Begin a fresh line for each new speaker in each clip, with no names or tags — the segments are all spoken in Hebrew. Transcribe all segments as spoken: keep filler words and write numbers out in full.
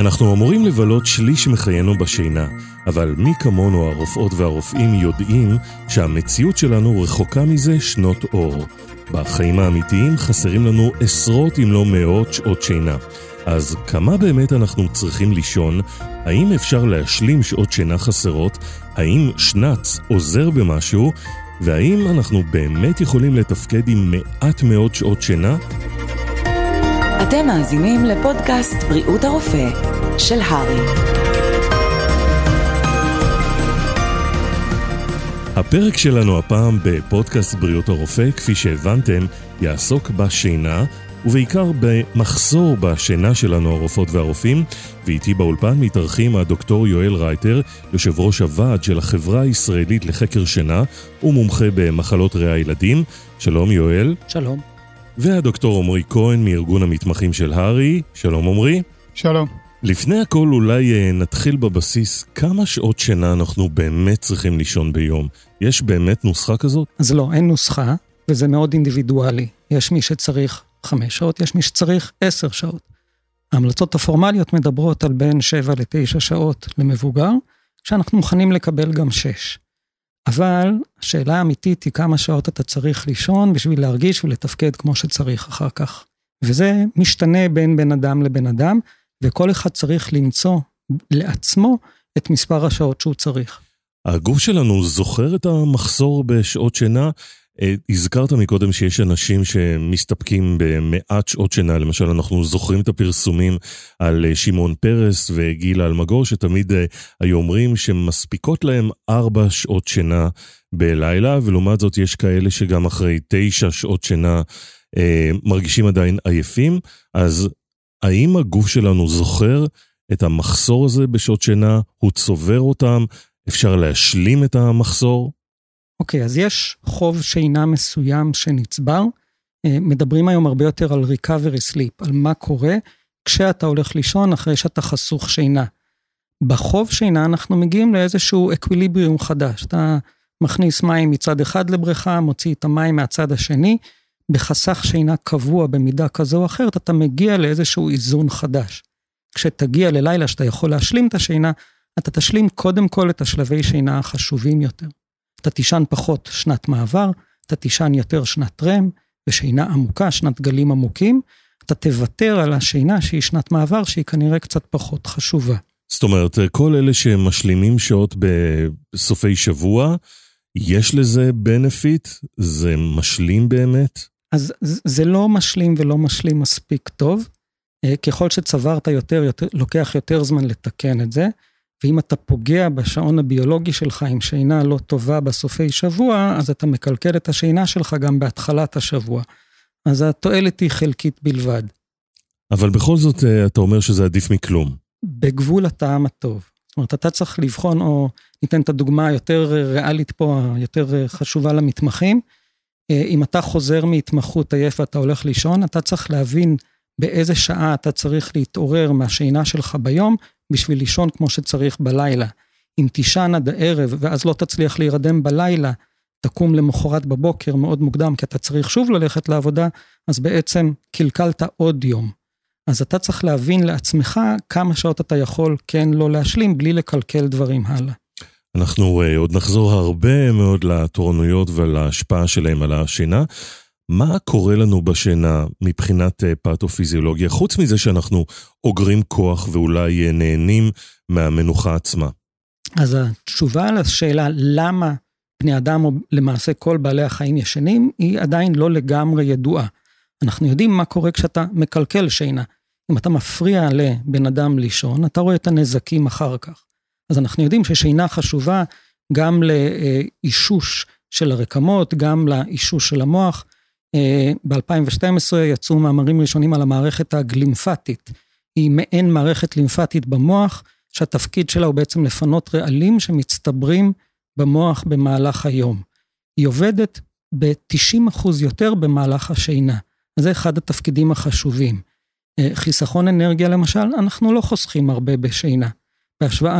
אנחנו אמורים לבלות שליש מחיינו בשינה, אבל מי כמונו הרופאות והרופאים יודעים שהמציאות שלנו רחוקה מזה שנות אור. בחיים האמיתיים חסרים לנו עשרות אם לא מאות שעות שינה. אז כמה באמת אנחנו צריכים לישון? האם אפשר להשלים שעות שינה חסרות? האם שנץ עוזר במשהו? והאם אנחנו באמת יכולים לתפקד עם מעט מאוד שעות שינה?
אתם מאזינים לפודקאסט בריאות הרופא של הרי.
הפרק שלנו הפעם בפודקאסט בריאות הרופא, כפי שהבנתם, יעסוק בשינה, ובעיקר במחסור בשינה שלנו הרופאות והרופאים, ואיתי באולפן מתארחים הדוקטור יואל רייטר, יושב ראש הוועד של החברה הישראלית לחקר שינה, ומומחה במחלות ריאה ילדים. שלום יואל.
שלום.
והדוקטור עומרי כהן מארגון המתמחים של הרי. שלום עומרי.
שלום.
לפני הכל אולי נתחיל בבסיס, כמה שעות שינה אנחנו באמת צריכים לישון ביום? יש באמת נוסחה כזאת?
אז לא, אין נוסחה, וזה מאוד אינדיבידואלי. יש מי שצריך חמש שעות, יש מי שצריך עשר שעות. ההמלצות הפורמליות מדברות על בין שבע לתשע שעות למבוגר, כשאנחנו מוכנים לקבל גם שש. אבל השאלה האמיתית היא כמה שעות אתה צריך לישון בשביל להרגיש ולתפקד כמו שצריך אחר כך. וזה משתנה בין בן אדם לבן אדם, וכל אחד צריך למצוא לעצמו את מספר השעות שהוא צריך.
הגוף שלנו זוכר את המחסור בשעות שינה. הזכרת מקודם שיש אנשים שמסתפקים במעט שעות שינה, למשל אנחנו זוכרים את הפרסומים על שמעון פרס וגילה אלמגור, שתמיד היו אומרים שמספיקות להם ארבע שעות שינה בלילה, ולעומת זאת יש כאלה שגם אחרי תשע שעות שינה אה, מרגישים עדיין עייפים. אז האם הגוף שלנו זוכר את המחסור הזה בשעות שינה? הוא צובר אותם? אפשר להשלים את המחסור?
אוקיי, אז יש חוב שינה מסוים שנצבר. מדברים היום הרבה יותר על recovery sleep, על מה קורה כשאתה הולך לישון אחרי שאתה חסוך שינה. בחוב שינה אנחנו מגיעים לאיזשהו אקוויליבריום חדש. אתה מכניס מים מצד אחד לבריכה, מוציא את המים מהצד השני, בחסך שינה קבוע במידה כזו או אחרת, אתה מגיע לאיזשהו איזון חדש. כשתגיע ללילה שאתה יכול להשלים את השינה, אתה תשלים קודם כל את השלבי שינה החשובים יותר. אתה תישן פחות שנת מעבר, אתה תישן יותר שנת רם, ושינה עמוקה, שנת גלים עמוקים, אתה תוותר על השינה שהיא שנת מעבר, שהיא כנראה קצת פחות חשובה.
זאת אומרת, כל אלה שמשלימים שעות בסופי שבוע, יש לזה בנפיט? זה משלים באמת?
אז זה לא משלים ולא משלים מספיק טוב, ככל שצברת יותר, יותר לוקח יותר זמן לתקן את זה, ואם אתה פוגע בשעון הביולוגי שלך עם שינה לא טובה בסופי שבוע, אז אתה מקלקל את השינה שלך גם בהתחלת השבוע. אז התועלת היא חלקית בלבד.
אבל בכל זאת אתה אומר שזה עדיף מכלום.
בגבול הטעם הטוב. זאת אומרת, אתה צריך לבחון, או ניתן את הדוגמה היותר ריאלית פה, יותר חשובה למתמחים. אם אתה חוזר מהתמחות עייף ואתה הולך לישון, אתה צריך להבין באיזה שעה אתה צריך להתעורר מהשינה שלך ביום, בשביל לישון כמו שצריך בלילה. אם תישן עד הערב, ואז לא תצליח להירדם בלילה, תקום למחרת בבוקר מאוד מוקדם, כי אתה צריך שוב ללכת לעבודה, אז בעצם קלקלת עוד יום. אז אתה צריך להבין לעצמך כמה שעות אתה יכול כן לא להשלים, בלי לקלקל דברים הלאה.
אנחנו uh, עוד נחזור הרבה מאוד לתורנויות ולהשפעה שלהם על השינה. מה קורה לנו בשינה מבחינת פתופיזיולוגיה, חוץ מזה שאנחנו אוגרים כוח ואולי נהנים מהמנוחה עצמה?
אז התשובה על השאלה למה בני אדם או למעשה כל בעלי החיים ישנים, היא עדיין לא לגמרי ידועה. אנחנו יודעים מה קורה כשאתה מקלקל שינה. אם אתה מפריע לבן אדם לישון, אתה רואה את הנזקים אחר כך. אז אנחנו יודעים ששינה חשובה גם לאישוש של הרקמות, גם לאישוש של המוח. ב-אלפיים ושתים עשרה יצאו מאמרים ראשונים על המערכת הגלימפטית. היא מעין מערכת לימפטית במוח, שהתפקיד שלה הוא בעצם לפנות רעלים שמצטברים במוח במהלך היום. היא עובדת ב-תשעים אחוז יותר במהלך השינה. אז זה אחד התפקידים החשובים. חיסכון אנרגיה למשל, אנחנו לא חוסכים הרבה בשינה. בהשוואה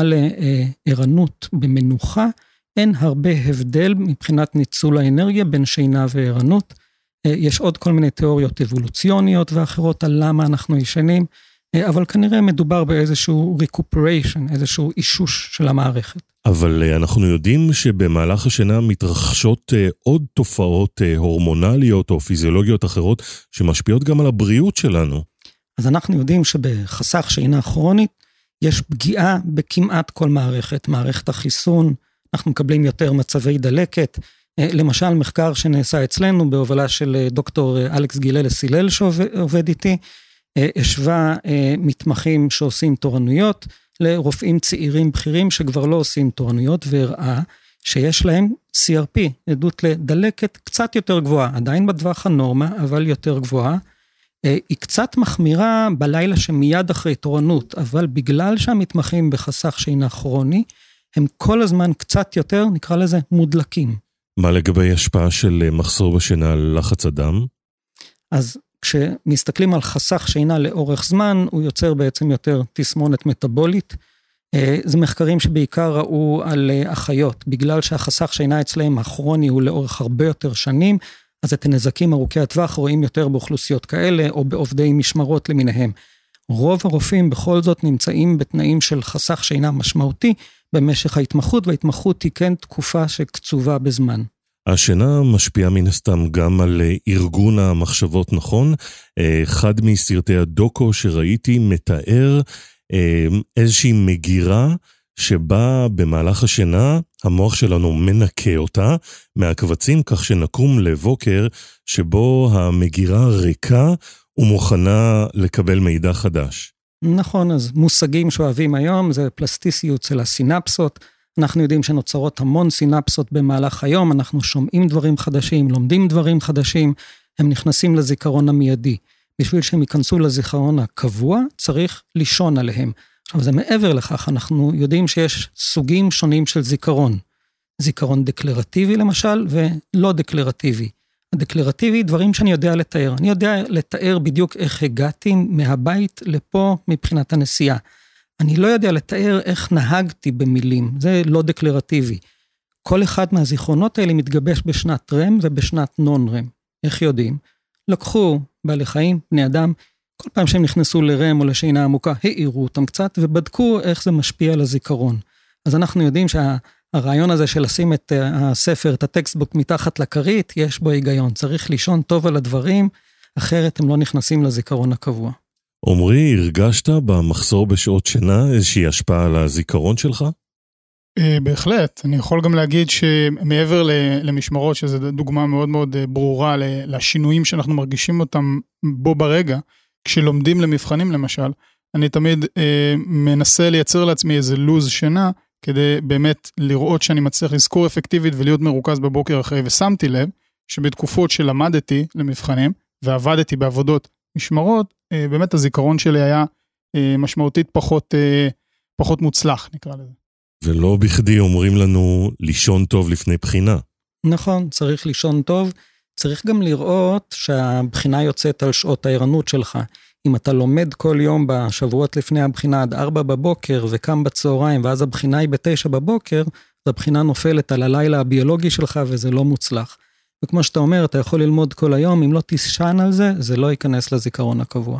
לערנות במנוחה, אין הרבה הבדל מבחינת ניצול האנרגיה בין שינה וערנות. יש עוד כל מיני תיאוריות אבולוציוניות ואחרות על למה אנחנו ישנים. אבל כנראה מדובר באיזשהו recuperation, איזשהו אישוש של המערכת.
אבל אנחנו יודעים שבמהלך השינה מתרחשות עוד תופעות הורמונליות או פיזיולוגיות אחרות שמשפיעות גם על הבריאות שלנו.
אז אנחנו יודעים שבחסך שינה כרונית יש פגיעה בכמעט כל מערכת, מערכת החיסון, אנחנו מקבלים יותר מצבי דלקת, למשל מחקר שנעשה אצלנו בהובלה של דוקטור אלכס גיללס הלל שעובד איתי, השווה מתמחים שעושים תורנויות לרופאים צעירים בכירים שכבר לא עושים תורנויות, והראה שיש להם סי אר פי, עדות לדלקת קצת יותר גבוהה, עדיין בטווח הנורמה, אבל יותר גבוהה, היא קצת מחמירה בלילה שמיד אחרי תורנות, אבל בגלל שהמתמחים בחסך שינה כרוני, הם כל הזמן קצת יותר, נקרא לזה, מודלקים.
מה לגבי השפעה של מחסור בשינה על לחץ הדם?
אז כשמסתכלים על חסך שינה לאורך זמן, הוא יוצר בעצם יותר תסמונת מטאבולית. זה מחקרים שבעיקר ראו על אחיות, בגלל שהחסך שינה אצלהם הכרוני הוא לאורך הרבה יותר שנים, אז את הנזקים ארוכי הטווח רואים יותר באוכלוסיות כאלה, או בעובדי משמרות למיניהם. רוב הרופאים בכל זאת נמצאים בתנאים של חסך שינה משמעותי, במשך ההתמחות, וההתמחות היא כן תקופה שקצובה בזמן.
השינה משפיעה מן הסתם גם על ארגון המחשבות, נכון? אחד מסרטי הדוקו שראיתי מתאר איזושהי מגירה שבה במהלך השינה המוח שלנו מנקה אותה מהקבצים, כך שנקום לבוקר שבו המגירה ריקה ומוכנה לקבל מידע חדש.
נכון, אז מושגים שאוהבים היום זה פלסטיסיות של הסינפסות, אנחנו יודעים שנוצרות המון סינפסות במהלך היום, אנחנו שומעים דברים חדשים, לומדים דברים חדשים, הם נכנסים לזיכרון המיידי. בשביל שהם ייכנסו לזיכרון הקבוע, צריך לישון עליהם. עכשיו זה מעבר לכך, אנחנו יודעים שיש סוגים שונים של זיכרון. זיכרון דקלרטיבי למשל, ולא דקלרטיבי. הדקלרטיבי, דברים שאני יודע לתאר. אני יודע לתאר בדיוק איך הגעתי מהבית לפה מבחינת הנסיעה. אני לא יודע לתאר איך נהגתי במילים, זה לא דקלרטיבי. כל אחד מהזיכרונות האלה מתגבש בשנת רם ובשנת נון רם. איך יודעים? לקחו בעלי חיים, בני אדם, כל פעם שהם נכנסו לרם או לשינה עמוקה, העירו אותם קצת ובדקו איך זה משפיע על הזיכרון. אז אנחנו יודעים שהרעיון הזה של לשים את הספר, את הטקסטבוק מתחת לכרית, יש בו היגיון. צריך לישון טוב על הדברים, אחרת הם לא נכנסים לזיכרון הקבוע.
עומרי, הרגשת במחסור בשעות שינה איזושהי השפעה על הזיכרון שלך?
בהחלט, אני יכול גם להגיד שמעבר למשמרות, שזו דוגמה מאוד מאוד ברורה לשינויים שאנחנו מרגישים אותם בו ברגע, כשלומדים למבחנים למשל, אני תמיד מנסה לייצר לעצמי איזה לוז שינה, כדי באמת לראות שאני מצליח לזכור אפקטיבית ולהיות מרוכז בבוקר אחרי, ושמתי לב שבתקופות שלמדתי למבחנים, ועבדתי בעבודות משמרות, באמת הזיכרון שלי היה משמעותית פחות, פחות מוצלח, נקרא לזה.
ולא בכדי אומרים לנו לישון טוב לפני בחינה.
נכון, צריך לישון טוב. צריך גם לראות שהבחינה יוצאת על שעות הערנות שלך. אם אתה לומד כל יום בשבועות לפני הבחינה עד ארבע בבוקר וקם בצהריים, ואז הבחינה היא בתשע בבוקר, אז הבחינה נופלת על הלילה הביולוגי שלך וזה לא מוצלח. וכמו שאתה אומר, אתה יכול ללמוד כל היום, אם לא תשען על זה, זה לא ייכנס לזיכרון הקבוע.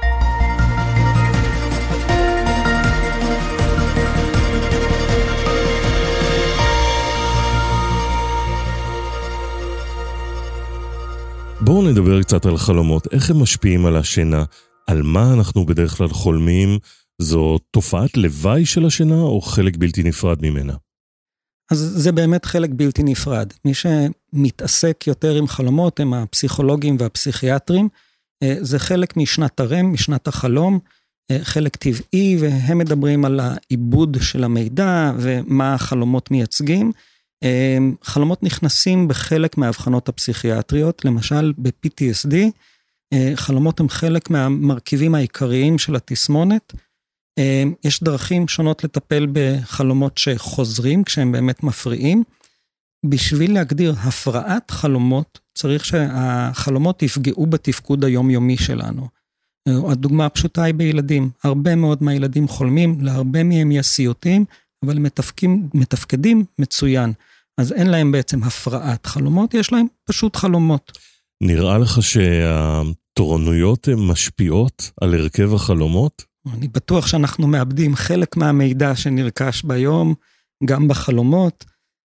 בואו נדבר קצת על חלומות, איך הם משפיעים על השינה, על מה אנחנו בדרך כלל חולמים, זו תופעת לוואי של השינה או חלק בלתי נפרד ממנה?
אז זה באמת חלק בלתי נפרד. מי שמתעסק יותר עם חלומות הם הפסיכולוגים והפסיכיאטרים, זה חלק משנת הרם, משנת החלום, חלק טבעי, והם מדברים על העיבוד של המידע ומה החלומות מייצגים. חלומות נכנסים בחלק מההבחנות הפסיכיאטריות, למשל ב-פי טי אס די, חלומות הם חלק מהמרכיבים העיקריים של התסמונת, יש דרכים שונות לטפל בחלומות שחוזרים כשהם באמת מפריעים, בשביל להגדיר הפרעת חלומות, צריך שהחלומות יפגעו בתפקוד היומיומי שלנו. הדוגמה הפשוטה היא בילדים, הרבה מאוד מהילדים חולמים, להרבה מהם יש סיוטים, אבל הם מתפקדים, מתפקדים מצוין. אז אין להם בעצם הפרעת חלומות, יש להם פשוט חלומות.
נראה לך תורנויות משפיעות על הרכב החלומות?
אני בטוח שאנחנו מאבדים חלק מהמידע שנרכש ביום, גם בחלומות.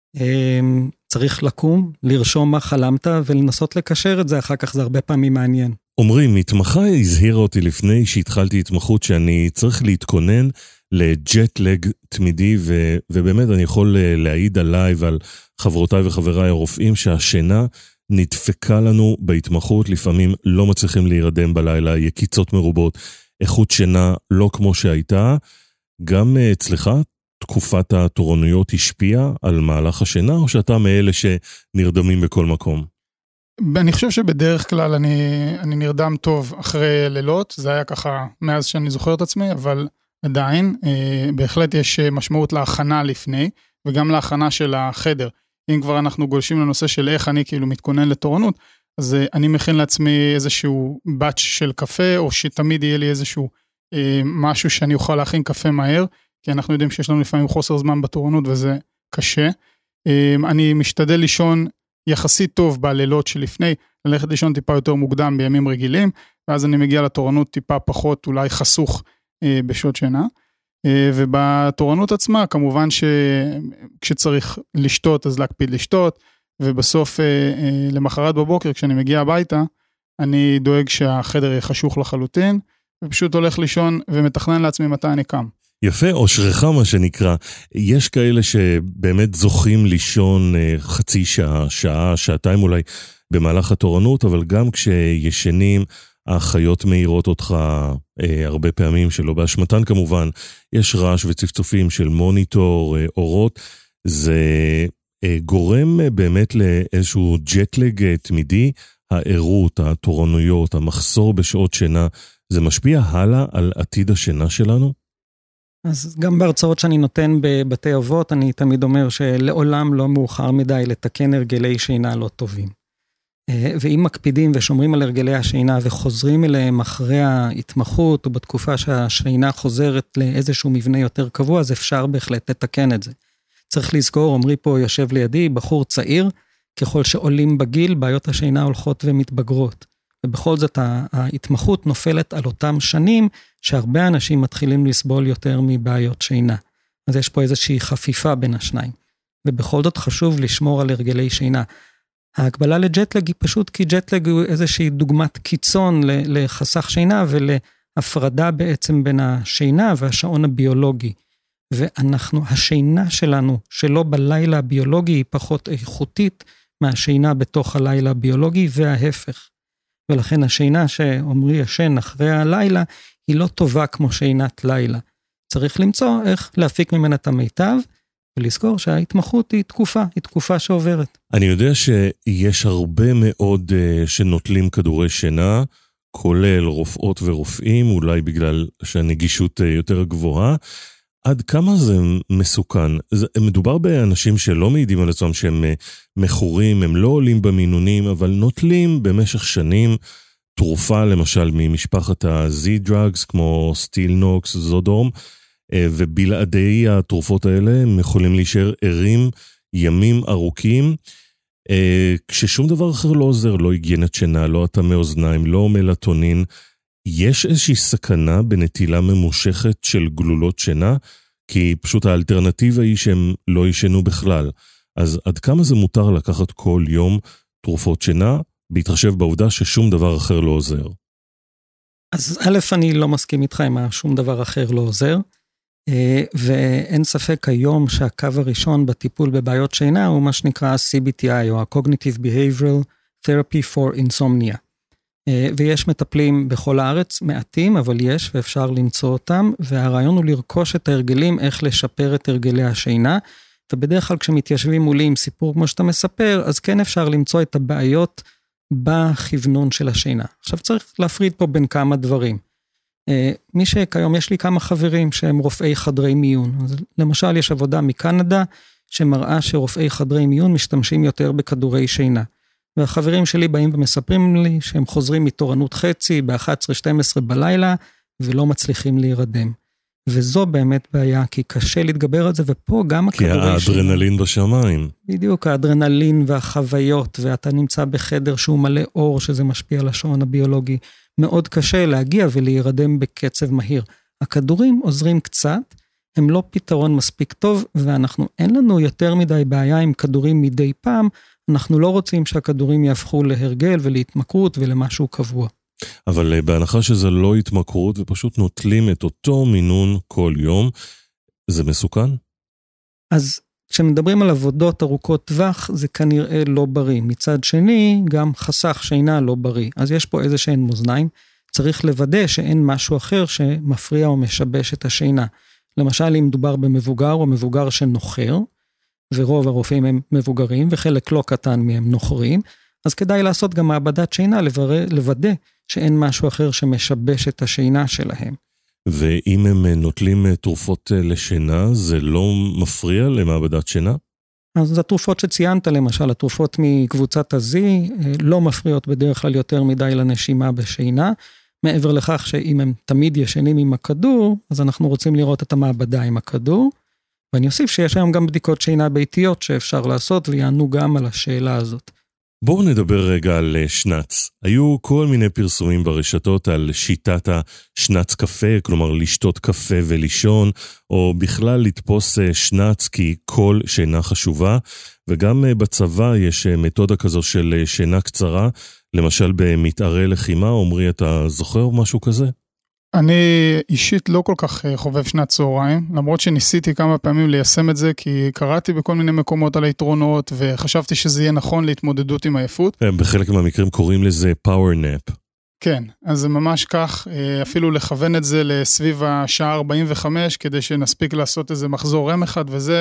צריך לקום, לרשום מה חלמת ולנסות לקשר את זה, אחר כך זה הרבה פעמים מעניין.
אומרים, מתמחה הזהירה אותי לפני שהתחלתי התמחות שאני צריך להתכונן לג'ט-לג תמידי, ו- ובאמת אני יכול להעיד עליי ועל חברותיי וחבריי הרופאים שהשינה נדפקה לנו בהתמחות, לפעמים לא מצליחים להירדם בלילה, יקיצות מרובות, איכות שינה לא כמו שהייתה. גם אצלך תקופת התורנויות השפיעה על מהלך השינה, או שאתה מאלה שנרדמים בכל מקום?
אני חושב שבדרך כלל אני, אני נרדם טוב אחרי לילות, זה היה ככה מאז שאני זוכר את עצמי, אבל עדיין אה, בהחלט יש משמעות להכנה לפני, וגם להכנה של החדר. אם כבר אנחנו גולשים לנושא של איך אני כאילו מתכונן לתורנות, אז אה, אני מכין לעצמי איזשהו באץ' של קפה, או שתמיד יהיה לי איזשהו אה, משהו שאני אוכל להכין קפה מהר, כי אנחנו יודעים שיש לנו לפעמים חוסר זמן בתורנות, וזה קשה. אה, אני משתדל לישון יחסית טוב בלילות שלפני, ללכת לישון טיפה יותר מוקדם בימים רגילים, ואז אני מגיע לתורנות טיפה פחות, אולי חסוך אה, בשעות שינה, אה, ובתורנות עצמה, כמובן שכשצריך לשתות, אז להקפיד לשתות, ובסוף, אה, אה, למחרת בבוקר, כשאני מגיע הביתה, אני דואג שהחדר יהיה חשוך לחלוטין, ופשוט הולך לישון ומתכנן לעצמי מתי אני קם.
יפה, או שריכה מה שנקרא. יש כאלה שבאמת זוכים לישון חצי שעה, שעה, שעתיים אולי במהלך התורנות, אבל גם כשישנים, האחיות מאירות אותך אה, הרבה פעמים, שלא באשמתן כמובן, יש רעש וצפצופים של מוניטור, אה, אורות, זה אה, גורם אה, באמת לאיזשהו ג'טלג תמידי, העירות, התורנויות, המחסור בשעות שינה, זה משפיע הלאה על עתיד השינה שלנו?
אז גם בהרצאות שאני נותן בבתי אבות, אני תמיד אומר שלעולם לא מאוחר מדי לתקן הרגלי שינה לא טובים. ואם מקפידים ושומרים על הרגלי השינה וחוזרים אליהם אחרי ההתמחות או בתקופה שהשינה חוזרת לאיזשהו מבנה יותר קבוע, אז אפשר בהחלט לתקן את זה. צריך לזכור, עמרי פה יושב לידי, בחור צעיר, ככל שעולים בגיל, בעיות השינה הולכות ומתבגרות. ובכל זאת ההתמחות נופלת על אותם שנים, שהרבה אנשים מתחילים לסבול יותר מבעיות שינה. אז יש פה איזושהי חפיפה בין השניים. ובכל זאת חשוב לשמור על הרגלי שינה. ההקבלה לג'טלג היא פשוט כי ג'טלג הוא איזושהי דוגמת קיצון לחסך שינה, ולהפרדה בעצם בין השינה והשעון הביולוגי. ואנחנו, השינה שלנו, שלא בלילה הביולוגי, היא פחות איכותית מהשינה בתוך הלילה הביולוגי, וההפך. ולכן השינה שאומרי ישן אחרי הלילה, היא לא טובה כמו שינת לילה. צריך למצוא איך להפיק ממנה את המיטב, ולזכור שההתמחות היא תקופה, היא תקופה שעוברת.
אני יודע שיש הרבה מאוד שנוטלים כדורי שינה, כולל רופאות ורופאים, אולי בגלל שהנגישות יותר גבוהה. עד כמה זה מסוכן? זה, מדובר באנשים שלא מעידים על עצמם שהם מכורים, הם לא עולים במינונים, אבל נוטלים במשך שנים תרופה, למשל ממשפחת ה-Z-Drugs, כמו סטילנוקס, זודורם, ובלעדי התרופות האלה הם יכולים להישאר ערים ימים ארוכים, כששום דבר אחר לא עוזר, לא היגיינת שינה, לא התמי אוזניים, לא מלטונין. יש איזושהי סכנה בנטילה ממושכת של גלולות שינה, כי פשוט האלטרנטיבה היא שהם לא ישנו בכלל. אז עד כמה זה מותר לקחת כל יום תרופות שינה, בהתחשב בעובדה ששום דבר אחר לא עוזר?
אז א', אני לא מסכים איתך עם שום דבר אחר לא עוזר, ואין ספק היום שהקו הראשון בטיפול בבעיות שינה הוא מה שנקרא C B T I, או ה-Cognitive Behavioral Therapy for Insomnia. ויש מטפלים בכל הארץ, מעטים, אבל יש ואפשר למצוא אותם, והרעיון הוא לרכוש את ההרגלים, איך לשפר את הרגלי השינה, ובדרך כלל כשמתיישבים מולי עם סיפור כמו שאתה מספר, אז כן אפשר למצוא את הבעיות בכוונון של השינה. עכשיו צריך להפריד פה בין כמה דברים. מי שכיום יש לי כמה חברים שהם רופאי חדרי מיון, אז למשל יש עבודה מקנדה, שמראה שרופאי חדרי מיון משתמשים יותר בכדורי שינה. והחברים שלי באים ומספרים לי שהם חוזרים מתורנות חצי ב-אחת עשרה שתים עשרה בלילה, ולא מצליחים להירדם. וזו באמת בעיה, כי קשה להתגבר על זה, ופה גם הכדורי...
כי האדרנלין בשמיים.
בדיוק, האדרנלין והחוויות, ואתה נמצא בחדר שהוא מלא אור, שזה משפיע על השעון הביולוגי. מאוד קשה להגיע ולהירדם בקצב מהיר. הכדורים עוזרים קצת, הם לא פתרון מספיק טוב, ואנחנו, אין לנו יותר מדי בעיה עם כדורים מדי פעם, אנחנו לא רוצים שהכדורים יהפכו להרגל ולהתמכרות ולמשהו קבוע.
אבל בהנחה שזה לא התמכרות, ופשוט נוטלים את אותו מינון כל יום, זה מסוכן?
אז כשמדברים על עבודות ארוכות טווח, זה כנראה לא בריא. מצד שני, גם חסך שינה לא בריא. אז יש פה איזה שהן מאזניים, צריך לוודא שאין משהו אחר שמפריע או משבש את השינה. למשל, אם מדובר במבוגר או מבוגר שנוחר, ורוב הרופאים הם מבוגרים, וחלק לא קטן מהם נוחרים, אז כדאי לעשות גם מעבדת שינה, לוודא שאין משהו אחר שמשבש את השינה שלהם.
ואם הם נוטלים תרופות לשינה, זה לא מפריע למעבדת שינה?
אז התרופות שציינת, למשל, התרופות מקבוצת הזי, לא מפריעות בדרך כלל יותר מדי לנשימה בשינה, מעבר לכך שאם הם תמיד ישנים עם הכדור, אז אנחנו רוצים לראות את המעבדה עם הכדור, ואני אוסיף שיש היום גם בדיקות שינה ביתיות שאפשר לעשות, ויענו גם על השאלה הזאת.
בואו נדבר רגע על שנץ. היו כל מיני פרסומים ברשתות על שיטת השנץ קפה, כלומר לשתות קפה ולישון, או בכלל לתפוס שנץ כי כל שינה חשובה, וגם בצבא יש מתודה כזו של שינה קצרה, למשל במתארי לחימה, אומרי, אתה זוכר משהו כזה?
אני אישית לא כל כך חובב שנת צהריים, למרות שניסיתי כמה פעמים ליישם את זה, כי קראתי בכל מיני מקומות על היתרונות, וחשבתי שזה יהיה נכון להתמודדות עם העייפות.
בחלק מהמקרים קוראים לזה power nap.
כן, אז זה ממש כך, אפילו לכוון את זה לסביב השעה ארבעים וחמש, כדי שנספיק לעשות איזה מחזור רם אחד, וזה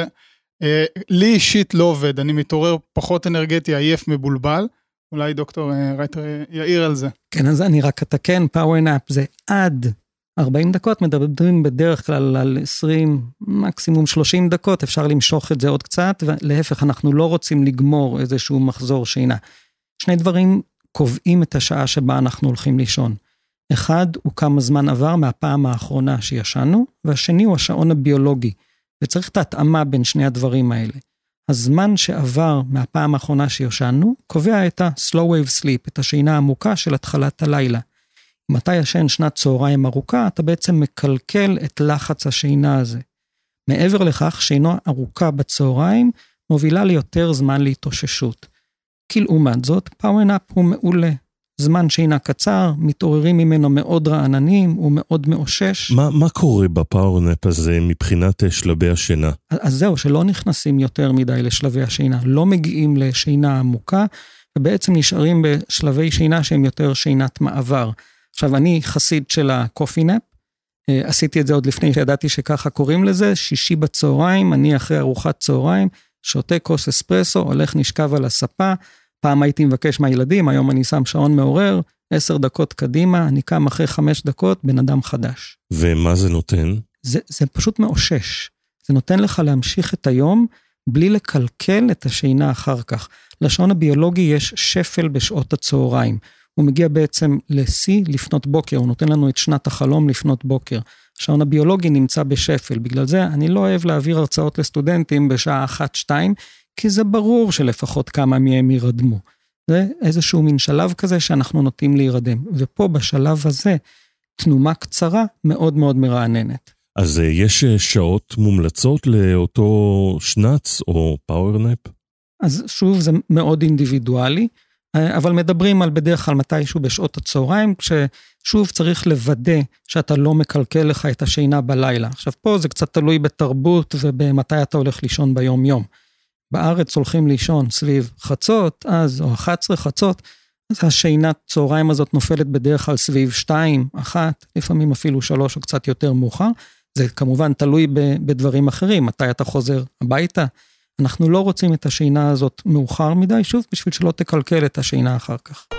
לי אישית לא עובד, אני מתעורר פחות אנרגטי, עייף מבולבל, אולי דוקטור רייטר יעיר על זה.
כן, אז אני רק אתקן, power nap זה עד ארבעים דקות, מדברים בדרך כלל על עשרים, מקסימום שלושים דקות, אפשר למשוך את זה עוד קצת, ולהפך אנחנו לא רוצים לגמור איזשהו מחזור שינה. שני דברים קובעים את השעה שבה אנחנו הולכים לישון. אחד הוא כמה זמן עבר מהפעם האחרונה שישנו, והשני הוא השעון הביולוגי, וצריך את ההתאמה בין שני הדברים האלה. הזמן שעבר מהפעם האחרונה שישנו, קובע את ה-slow wave sleep, את השינה העמוקה של התחלת הלילה. אם אתה ישן שנת צהריים ארוכה, אתה בעצם מקלקל את לחץ השינה הזה. מעבר לכך, שינה ארוכה בצהריים, מובילה ליותר זמן להתאוששות. לעומת זאת, power nap הוא מעולה. זמן שינה קצר, מתעוררים ממנו מאוד רעננים, הוא מאוד מאושש.
מה, מה קורה בפאוור נאפ הזה מבחינת שלבי השינה?
אז זהו, שלא נכנסים יותר מדי לשלבי השינה, לא מגיעים לשינה עמוקה, ובעצם נשארים בשלבי שינה שהם יותר שינת מעבר. עכשיו, אני חסיד של הקופי נאפ, עשיתי את זה עוד לפני שידעתי שככה קוראים לזה, שישי בצהריים, אני אחרי ארוחת צהריים, שותה כוס אספרסו, הולך נשכב על הספה, פעם הייתי מבקש מהילדים, היום אני שם שעון מעורר, עשר דקות קדימה, אני קם אחרי חמש דקות, בן אדם חדש.
ומה זה נותן?
זה, זה פשוט מאושש. זה נותן לך להמשיך את היום, בלי לקלקל את השינה אחר כך. לשעון הביולוגי יש שפל בשעות הצהריים. הוא מגיע בעצם לשיא לפנות בוקר, הוא נותן לנו את שנת החלום לפנות בוקר. השעון הביולוגי נמצא בשפל, בגלל זה אני לא אוהב להעביר הרצאות לסטודנטים בשעה אחת שתיים, כי זה ברור שלפחות כמה מהם ירדמו. זה איזשהו מין שלב כזה שאנחנו נוטים להירדם. ופה בשלב הזה, תנומה קצרה מאוד מאוד מרעננת.
אז יש שעות מומלצות לאותו שנץ או פאוור נאפ?
אז שוב, זה מאוד אינדיבידואלי, אבל מדברים על בדרך כלל מתישהו בשעות הצהריים, כששוב צריך לוודא שאתה לא מקלקל לך את השינה בלילה. עכשיו פה זה קצת תלוי בתרבות ובמתי אתה הולך לישון ביום יום. בארץ הולכים לישון סביב חצות, אז, או אחת עשרה חצות, אז השינת צהריים הזאת נופלת בדרך כלל סביב שתיים, אחת, לפעמים אפילו שלוש או קצת יותר מאוחר. זה כמובן תלוי בדברים אחרים, מתי אתה חוזר הביתה. אנחנו לא רוצים את השינה הזאת מאוחר מדי, שוב, בשביל שלא תקלקל את השינה אחר כך.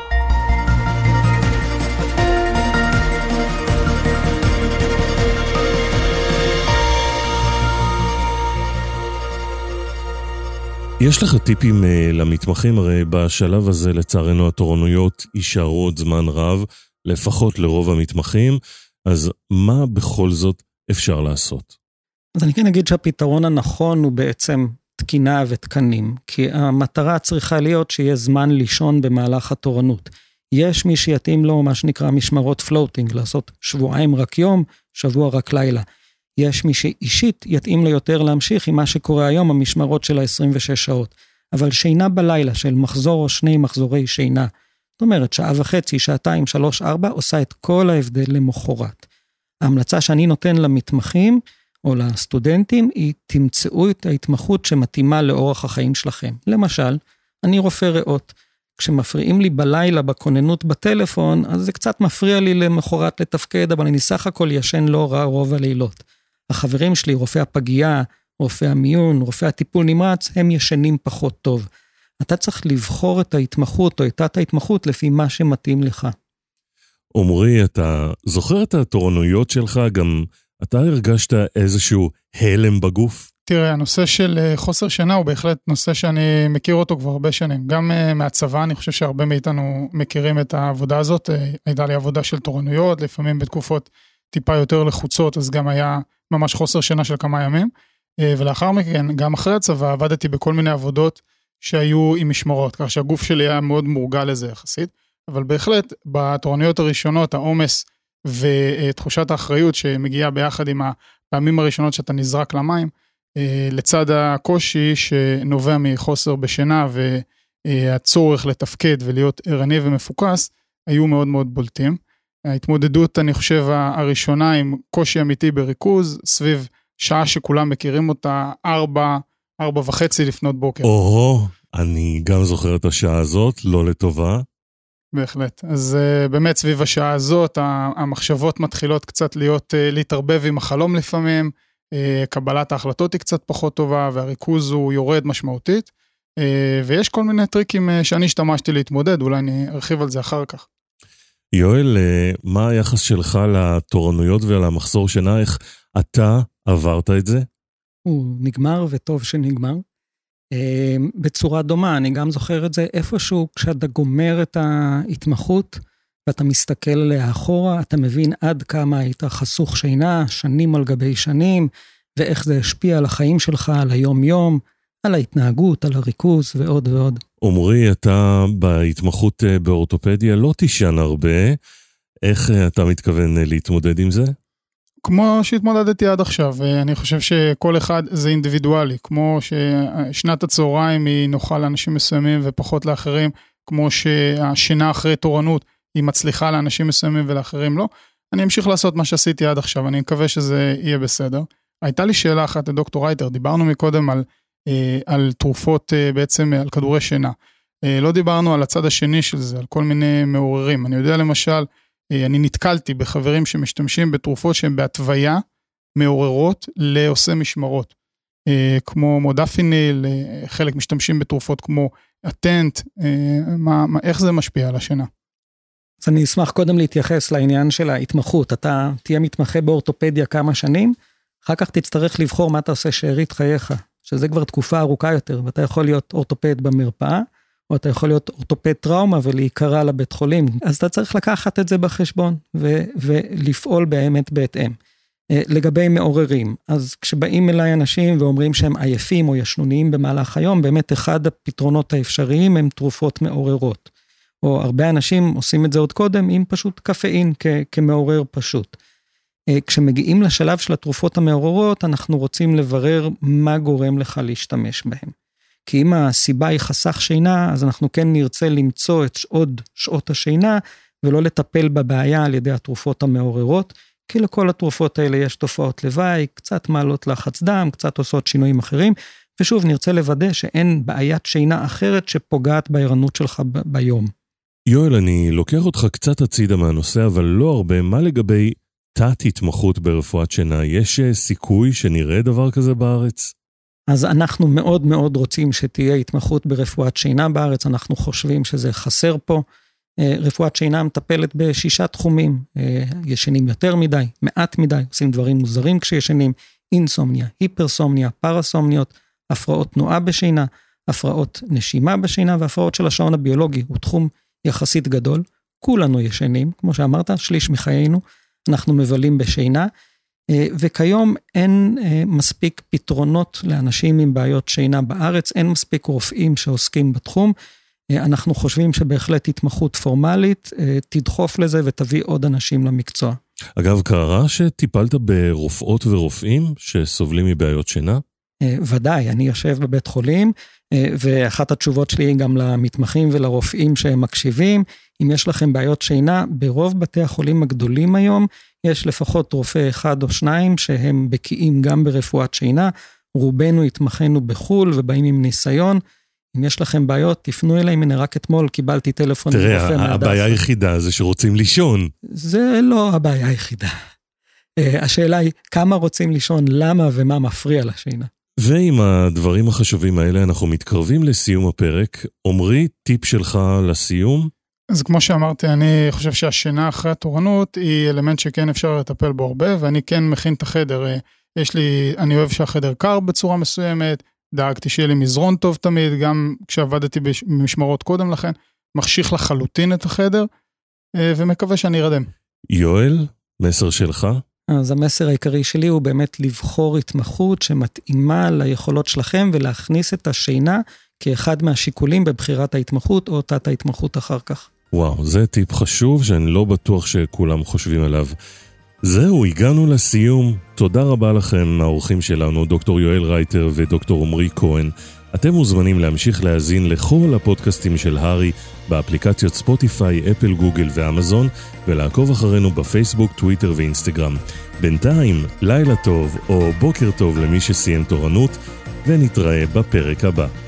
יש לך טיפים למתמחים? הרי בשלב הזה לצערנו התורנויות יישארו עוד זמן רב, לפחות לרוב המתמחים, אז מה בכל זאת אפשר לעשות?
אז אני כן אגיד שהפתרון הנכון הוא בעצם תקינה ותקנים, כי המטרה צריכה להיות שיהיה זמן לישון במהלך התורנות. יש מי שיתאים לו מה שנקרא משמרות פלוטינג, לעשות שבועיים רק יום, שבוע רק לילה. יש מי שאישית יתאים לו יותר להמשיך עם מה שקורה היום, המשמרות של ה-עשרים ושש שעות. אבל שינה בלילה של מחזור או שני מחזורי שינה, זאת אומרת שעה וחצי, שעתיים, שלוש, ארבע, עושה את כל ההבדל למחרת. ההמלצה שאני נותן למתמחים או לסטודנטים היא תמצאו את ההתמחות שמתאימה לאורח החיים שלכם. למשל, אני רופא ריאות. כשמפריעים לי בלילה בכוננות בטלפון, אז זה קצת מפריע לי למחרת לתפקד, אבל אני סך הכל ישן לא רע רוב הלילות. החברים שלי, רופאי הפגייה, רופאי המיון, רופאי הטיפול נמרץ, הם ישנים פחות טוב. אתה צריך לבחור את ההתמחות או את ההתמחות לפי מה שמתאים לך.
עומרי, אתה זוכר את התורנויות שלך, גם אתה הרגשת איזשהו הלם בגוף?
תראה, הנושא של חוסר שינה הוא בהחלט נושא שאני מכיר אותו כבר הרבה שנים. גם מהצבא, אני חושב שהרבה מאיתנו מכירים את העבודה הזאת. הייתה לי עבודה של תורנויות, לפעמים בתקופות טיפה יותר לחוצות, אז גם היה ממש חוסר שינה של כמה ימים. ולאחר מכן, גם אחרי הצבא, עבדתי בכל מיני עבודות שהיו עם משמרות, כך שהגוף שלי היה מאוד מורגל לזה יחסית. אבל בהחלט, בתורנויות הראשונות, העומס ותחושת האחריות שמגיעה ביחד עם הפעמים הראשונות שאתה נזרק למים, לצד הקושי שנובע מחוסר בשינה והצורך לתפקד ולהיות ערני ומפוקס, היו מאוד מאוד בולטים. ההתמודדות, אני חושב, הראשונה עם קושי אמיתי בריכוז, סביב שעה שכולם מכירים אותה, ארבע, ארבע וחצי לפנות בוקר.
או, אני גם זוכר את השעה הזאת, לא לטובה.
בהחלט. אז באמת סביב השעה הזאת, המחשבות מתחילות קצת להיות, להתערבב עם החלום לפעמים, קבלת ההחלטות היא קצת פחות טובה, והריכוז הוא יורד משמעותית, ויש כל מיני טריקים שאני השתמשתי להתמודד, אולי אני ארחיב על זה אחר כך.
יואל, מה היחס שלך לתורנויות ולמחסור שינה? איך אתה עברת את זה?
הוא נגמר וטוב שנגמר. בצורה דומה, אני גם זוכר את זה איפשהו, כשאתה גומר את ההתמחות, ואתה מסתכל עליה אחורה, אתה מבין עד כמה היית חסוך שינה, שנים על גבי שנים, ואיך זה השפיע על החיים שלך, על היום-יום, על ההתנהגות, על הריכוז ועוד ועוד.
עומרי, אתה בהתמחות באורתופדיה לא תישן הרבה, איך אתה מתכוון להתמודד עם זה?
כמו שהתמודדתי עד עכשיו, אני חושב שכל אחד זה אינדיבידואלי, כמו ששנת הצהריים היא נוחה לאנשים מסוימים ופחות לאחרים, כמו שהשינה אחרי תורנות היא מצליחה לאנשים מסוימים ולאחרים לא, אני אמשיך לעשות מה שעשיתי עד עכשיו, אני מקווה שזה יהיה בסדר. הייתה לי שאלה אחת לדוקטור רייטר, דיברנו מקודם על, על תרופות בעצם, על כדורי שינה, לא דיברנו על הצד השני של זה, על כל מיני מעוררים, אני יודע למשל, אני נתקלתי בחברים שמשתמשים בתרופות שהן בהתוויה מעוררות לעושה משמרות, כמו מודפיניל, חלק משתמשים בתרופות כמו אטנט, מה, מה, איך זה משפיע על השינה?
אז אני אשמח קודם להתייחס לעניין של ההתמחות, אתה תהיה מתמחה באורתופדיה כמה שנים, אחר כך תצטרך לבחור מה אתה עושה שארית חייך, שזה כבר תקופה ארוכה יותר, ואתה יכול להיות אורתופד במרפאה, או אתה יכול להיות אורתופד טראומה ולהיקרא לבית חולים, אז אתה צריך לקחת את זה בחשבון, ו- ולפעול באמת בהתאם. לגבי מעוררים, אז כשבאים אליי אנשים ואומרים שהם עייפים או ישנוניים במהלך היום, באמת אחד הפתרונות האפשריים הם תרופות מעוררות, או הרבה אנשים עושים את זה עוד קודם, עם פשוט קפאין כ- כמעורר פשוט. כשמגיעים לשלב של התרופות המעוררות, אנחנו רוצים לברר מה גורם לך להשתמש בהם. כי אם הסיבה היא חסך שינה, אז אנחנו כן נרצה למצוא את עוד שעות השינה, ולא לטפל בבעיה על ידי התרופות המעוררות, כי לכל התרופות האלה יש תופעות לוואי, קצת מעלות לחץ דם, קצת עושות שינויים אחרים, ושוב נרצה לוודא שאין בעיית שינה אחרת שפוגעת בערנות שלך ב- ביום.
יואל, אני לוקח אותך קצת הצידה מהנושא, אבל לא הרבה. מה לגבי תת התמחות ברפואת שינה? יש סיכוי שנראה דבר כזה בארץ?
אז אנחנו מאוד מאוד רוצים שתהיה התמחות ברפואת שינה בארץ, אנחנו חושבים שזה חסר פה. רפואת שינה מטפלת בשישה תחומים, ישנים יותר מדי, מעט מדי, עושים דברים מוזרים כשישנים, אינסומניה, היפרסומניה, פרסומניות, הפרעות תנועה בשינה, הפרעות נשימה בשינה, והפרעות של השעון הביולוגי, הוא תחום יחסית גדול, כולנו ישנים, כמו שאמרת, שליש מחיינו, אנחנו מבלים בשינה, וכיום אין מספיק פתרונות לאנשים עם בעיות שינה בארץ, אין מספיק רופאים שעוסקים בתחום, אנחנו חושבים שבהחלט התמחות פורמלית תדחוף לזה ותביא עוד אנשים למקצוע.
אגב, קרה שטיפלת ברופאות ורופאים שסובלים מבעיות שינה?
ודאי, אני יושב בבית חולים, ואחת התשובות שלי גם למתמחים ולרופאים שהם מקשיבים, אם יש לכם בעיות שינה, ברוב בתי החולים הגדולים היום, יש לפחות רופא אחד או שניים שהם בקיאים גם ברפואת שינה, רובנו התמחנו בחול ובאים עם ניסיון, אם יש לכם בעיות, תפנו אליי, הנה רק אתמול קיבלתי טלפון.
תראה, הבעיה היחידה זה שרוצים לישון.
זה לא הבעיה היחידה. השאלה היא, כמה רוצים לישון, למה ומה מפריע לשינה?
ועם הדברים החשובים האלה אנחנו מתקרבים לסיום הפרק. עומרי, טיפ שלך לסיום?
אז כמו שאמרתי, אני חושב שהשינה אחרי התורנות היא אלמנט שכן אפשר לטפל בו הרבה, ואני כן מכין את החדר. יש לי, אני אוהב שהחדר קר בצורה מסוימת, דאגתי שיהיה לי מזרון טוב תמיד, גם כשעבדתי במשמרות קודם לכן, מחשיך לחלוטין את החדר, ומקווה שאני ארדם.
יואל, מסר שלך?
אז המסר העיקרי שלי הוא באמת לבחור התמחות שמתאימה ליכולות שלכם, ולהכניס את השינה כאחד מהשיקולים בבחירת ההתמחות, או תת ההתמחות אחר כך.
וואו, זה טיפ חשוב שאני לא בטוח שכולם חושבים עליו. זהו, הגענו לסיום. תודה רבה לכם, האורחים שלנו, דוקטור יואל רייטר ודוקטור עומרי כהן. אתם מוזמנים להמשיך להאזין לכל הפודקאסטים של הרי, באפליקציות ספוטיפיי, אפל, גוגל ואמזון, ולעקוב אחרינו בפייסבוק, טוויטר ואינסטגרם. בינתיים, לילה טוב או בוקר טוב למי שסיים תורנות, ונתראה בפרק הבא.